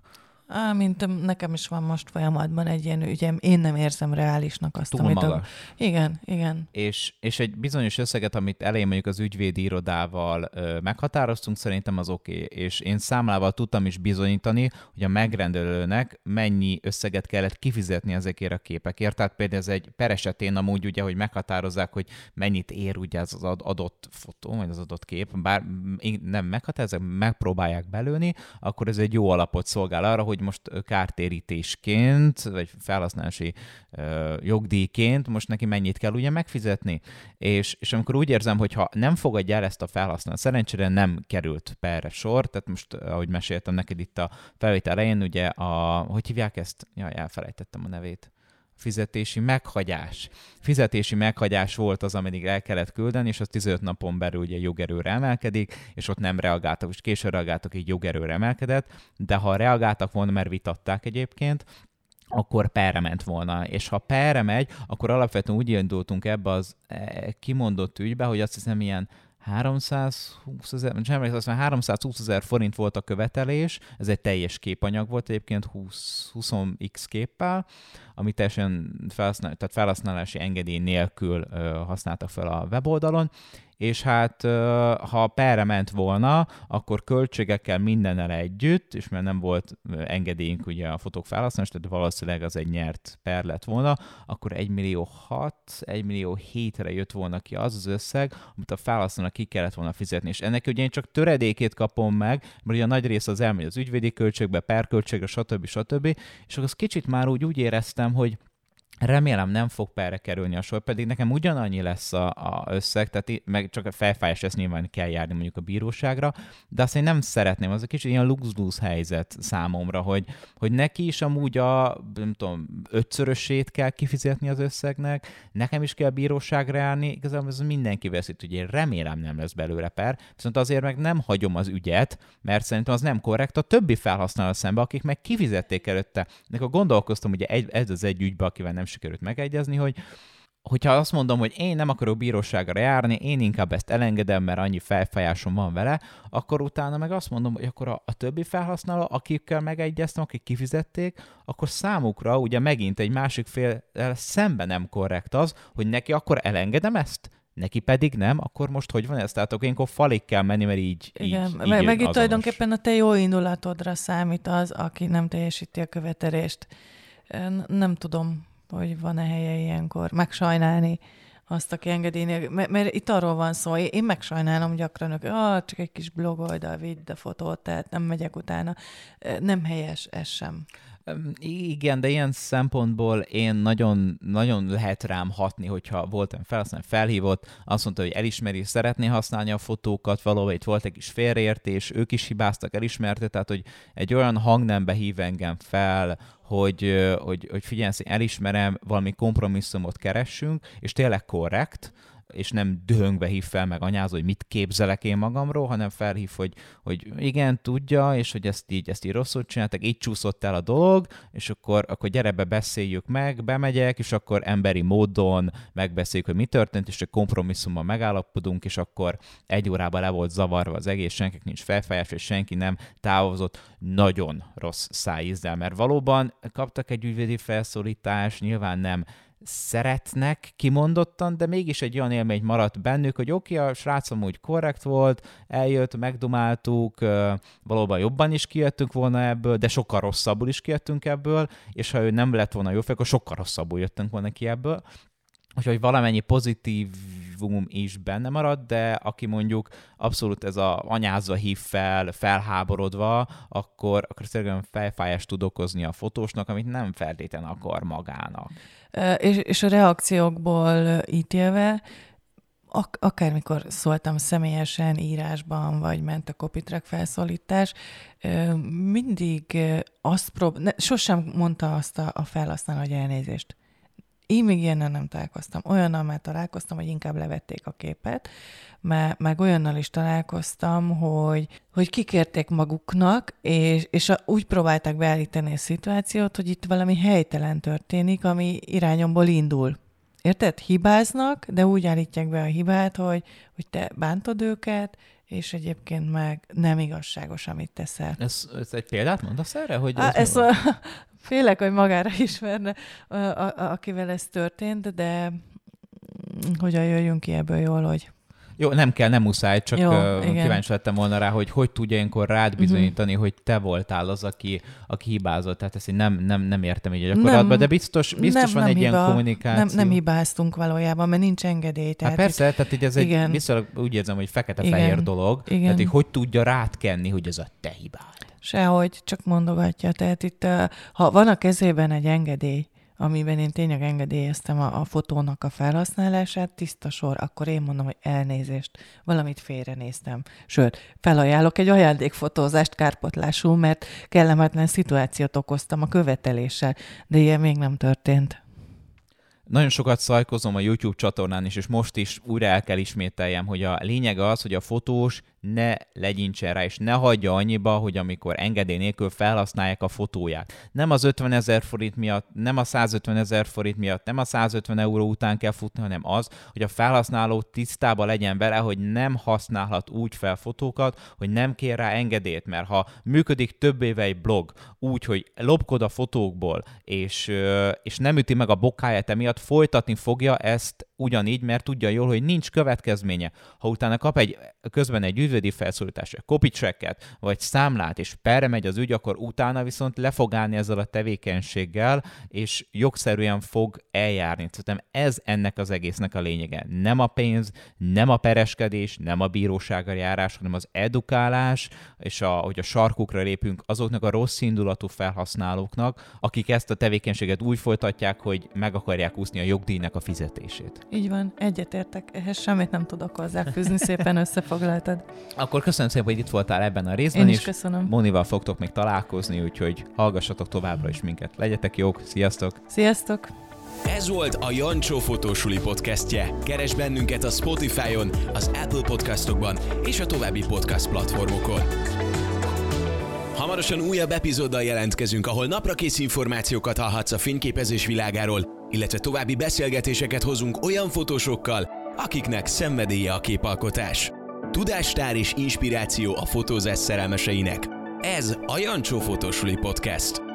Mint nekem is van most folyamatban egy ilyen ügyem, én nem érzem reálisnak azt, túl magas. Igen. És egy bizonyos összeget, amit elején mondjuk az ügyvédi irodával meghatároztunk, szerintem az oké. És én számlával tudtam is bizonyítani, hogy a megrendelőnek mennyi összeget kellett kifizetni ezekért a képekért. Tehát például ez egy per esetén amúgy ugye, hogy meghatározzák, hogy mennyit ér ugye az adott fotó, vagy az adott kép, bár nem meghatározzák, megpróbálják belőni, akkor ez egy jó alapot szolgál arra, hogy most kártérítésként, vagy felhasználási jogdíjként most neki mennyit kell ugye megfizetni. És amikor úgy érzem, hogy ha nem fogadja el ezt a felhasználó, szerencsére nem került perre sor, tehát most, ahogy meséltem neked itt a felvétel elején, ugye hogy hívják ezt? Jaj, elfelejtettem a nevét. Fizetési meghagyás volt az, ameddig el kellett küldeni, és az 15 napon belül ugye jogerőre emelkedik, és ott nem reagáltak, és később reagáltak, így jogerőre emelkedett, de ha reagáltak volna, mert vitatták egyébként, akkor perre ment volna. És ha perre megy, akkor alapvetően úgy indultunk ebbe az kimondott ügybe, hogy azt hiszem ilyen 320 000 forint volt a követelés, ez egy teljes képanyag volt egyébként 20x képpel, amit teljesen felhasználási engedély nélkül használtak fel a weboldalon, és hát ha perre ment volna, akkor költségekkel mindennel együtt, és mert nem volt engedélyünk ugye a fotók felhasználás, tehát valószínűleg az egy nyert per lett volna, akkor 1,6 millió, 1,7 millió jött volna ki az összeg, amit a felhasználónak ki kellett volna fizetni. És ennek ugye én csak töredékét kapom meg, mert ugye a nagy része az elmegy az ügyvédi költségbe, perköltségre, stb. És akkor az kicsit már úgy éreztem, hogy remélem nem fog perre kerülni a sor, pedig nekem ugyanannyi lesz a összeg, tehát meg csak a felfájás, ezt nyilván kell járni mondjuk a bíróságra, de azt én nem szeretném, az egy kicsit ilyen lux-lux helyzet számomra, hogy neki is amúgy nem tudom, 5-szörösét kell kifizetni az összegnek, nekem is kell bíróságra járni, igazából ez mindenki veszít, ugye én remélem nem lesz belőle per, viszont azért meg nem hagyom az ügyet, mert szerintem az nem korrekt a többi felhasználó szembe, akik meg kifizették előtte. Nekem gondolkoztam ugye ez az egy ügybe, akivel nem sikerült megegyezni, hogyha azt mondom, hogy én nem akarok bíróságra járni, én inkább ezt elengedem, mert annyi felfájásom van vele, akkor utána meg azt mondom, hogy akkor a többi felhasználó, akikkel megegyeztem, akik kifizették, akkor számukra ugye megint egy másik fél szemben nem korrekt az, hogy neki akkor elengedem ezt, neki pedig nem, akkor most hogy van ez? Tehát akkor ilyenkor falig kell menni, mert így meg itt tulajdonképpen a te jó indulatodra számít az, aki nem teljesíti a követelést. Nem tudom, hogy van-e helye ilyenkor megsajnálni azt, aki engedélynél, mert itt arról van szó, én megsajnálom gyakran, hogy csak egy kis blogoldal, vidd a fotót, tehát nem megyek utána. Nem helyes ez sem. Igen, de ilyen szempontból én nagyon lehet rám hatni, hogyha voltam felhasználó, felhívott, azt mondta, hogy elismeri, szeretné használni a fotókat, valóban itt volt egy kis félreértés, ők is hibáztak, elismerte, tehát hogy egy olyan hangnembe hív engem fel, hogy figyelj, elismerem, valami kompromisszumot keressünk, és tényleg korrekt, és nem dühöngve hív fel, meg anyázó, hogy mit képzelek én magamról, hanem felhív, hogy igen, tudja, és hogy ezt így rosszul csináltak, így csúszott el a dolog, és akkor gyere be, beszéljük meg, bemegyek, és akkor emberi módon megbeszéljük, hogy mi történt, és egy kompromisszummal megállapodunk, és akkor 1 órában le volt zavarva az egész, senkinek nincs felfájás, és senki nem távozott nagyon rossz szájízzel, mert valóban kaptak egy ügyvédi felszólítást, nyilván nem szeretnek kimondottan, de mégis egy olyan élmény maradt bennük, hogy oké, a srác amúgy korrekt volt, eljött, megdumáltuk, valóban jobban is kijöttünk volna ebből, de sokkal rosszabbul is kijöttünk ebből, és ha ő nem lett volna jó fel, akkor sokkal rosszabbul jöttünk volna ki ebből. Úgyhogy valamennyi pozitívum is benne marad, de aki mondjuk abszolút ez a anyázva hív fel, felháborodva, akkor szerintem fejfájást tud okozni a fotósnak, amit nem feltétlenül akar magának. És a reakciókból ítélve, akármikor szóltam személyesen, írásban, vagy ment a copytrack felszólítás, mindig sosem mondta azt a felhasználó, hogy elnézést. Én még ilyennel nem találkoztam. Olyannal már találkoztam, hogy inkább levették a képet, meg olyannal is találkoztam, hogy kikérték maguknak, és úgy próbálták beállítani a szituációt, hogy itt valami helytelen történik, ami irányomból indul. Érted? Hibáznak, de úgy állítják be a hibát, hogy te bántod őket, és egyébként meg nem igazságos, amit teszel. Ez egy példát mondasz erre? Hogy félek, hogy magára ismerne, akivel ez történt, de hogyan jöjjünk ki ebből jól, hogy... Jó, nem muszáj, csak kíváncsi lettem volna rá, hogy tudja ilyenkor rád bizonyítani, hogy te voltál az, aki hibázott. Tehát ezt én nem értem így a gyakorlatban, de biztos van egy ilyen kommunikáció. Nem hibáztunk valójában, mert nincs engedély. Tehát persze, tehát így ez egy viszonylag úgy érzem, hogy fekete-fehér dolog. Igen. Tehát így hogy tudja rád kenni, hogy ez a te hibád. Sehogy, csak mondogatja. Tehát itt, ha van a kezében egy engedély, amiben én tényleg engedélyeztem a fotónak a felhasználását, tiszta sor, akkor én mondom, hogy elnézést, valamit félrenéztem. Sőt, felajánlok egy ajándékfotózást kárpotlásul, mert kellemetlen szituációt okoztam a követeléssel, de ilyen még nem történt. Nagyon sokat szajkozom a YouTube csatornán is, és most is újra el kell ismételjem, hogy a lényeg az, hogy a fotós ne legyintsen rá, és ne hagyja annyiba, hogy amikor engedély nélkül felhasználják a fotóját. Nem az 50 000 forint miatt, nem a 150 000 forint miatt, nem a 150 euró után kell futni, hanem az, hogy a felhasználó tisztában legyen vele, hogy nem használhat úgy fel fotókat, hogy nem kér rá engedélyt, mert ha működik több éve egy blog úgy, hogy lopkod a fotókból, és nem üti meg a bokáját emiatt, folytatni fogja ezt ugyanígy, mert tudja jól, hogy nincs következménye. Ha utána kap közben egy ügyvédi felszólítást, egy copytracket, vagy számlát, és perre megy az ügy, akkor utána viszont le fog állni ezzel a tevékenységgel, és jogszerűen fog eljárni. Szerintem ez ennek az egésznek a lényege. Nem a pénz, nem a pereskedés, nem a bíróságra járás, hanem az edukálás, és hogy a sarkukra lépünk azoknak a rossz indulatú felhasználóknak, akik ezt a tevékenységet úgy folytatják, hogy meg akarják úszni a jogdíjnak a fizetését. Így van, egyetértek. Ehhez semmit nem tudok hozzáfűzni, szépen összefoglaltad. Akkor köszönöm szépen, hogy itt voltál ebben a részben is. Én is köszönöm. Monival fogtok még találkozni, úgyhogy hallgassatok továbbra is minket. Legyetek jók, sziasztok! Sziasztok! Ez volt a Jancsó Fotósuli podcastje. Keresd bennünket a Spotify-on, az Apple podcastokban és a további podcast platformokon. Hamarosan újabb epizóddal jelentkezünk, ahol naprakész információkat hallhatsz a fényképezés világáról, illetve további beszélgetéseket hozunk olyan fotósokkal, akiknek szenvedélye a képalkotás. Tudástár és inspiráció a fotózás szerelmeseinek. Ez a Jancsó Fotósuli Podcast.